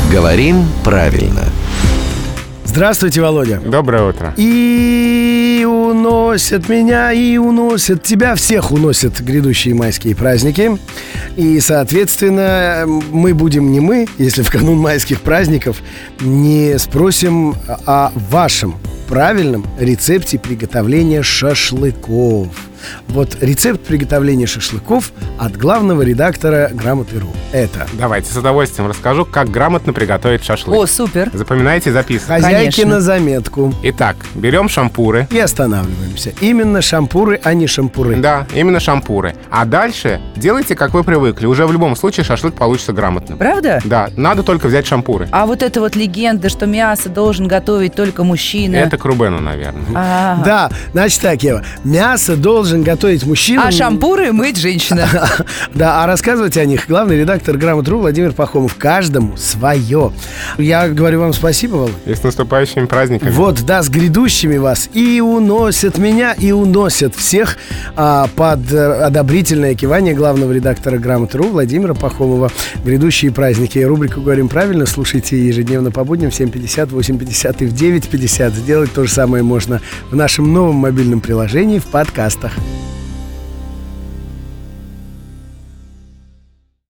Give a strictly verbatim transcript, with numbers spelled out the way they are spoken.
Говорим правильно. Здравствуйте, Володя. Доброе утро. И уносят меня, и уносят тебя. Всех уносят грядущие майские праздники. И, соответственно, мы будем не мы, если в канун майских праздников не спросим о вашем правильном рецепте приготовления шашлыков. Вот рецепт приготовления шашлыков от главного редактора Грамоты.ру. Это... Давайте с удовольствием расскажу, как грамотно приготовить шашлык. О, супер. Запоминайте и записывайте. Хозяйки Конечно. на заметку. Итак, берем шампуры. И останавливаемся. Именно шампуры, а не шампуры. Да, именно шампуры. А дальше делайте, как вы привыкли. Уже в любом случае шашлык получится грамотным. Правда? Да, надо только взять шампуры. А вот эта вот легенда, что мясо должен готовить только мужчина. Это к Рубену, наверное. Ага. Да, значит так, Ева. Мясо должен готовить мужчина. А шампуры мыть женщина. Да, а рассказывать о них главный редактор Грамоты.ру Владимир Пахомов. Каждому свое. Я говорю вам спасибо, Володя. И с наступающими праздниками. Вот, да, с грядущими вас. И уносят меня, и уносят всех а, под а, одобрительное кивание главного редактора Грамоты.ру Владимира Пахомова. Грядущие праздники. Рубрику «Говорим правильно» слушайте ежедневно по будням в семь пятьдесят, восемь пятьдесят и в девять пятьдесят. Сделать то же самое можно в нашем новом мобильном приложении в подкастах.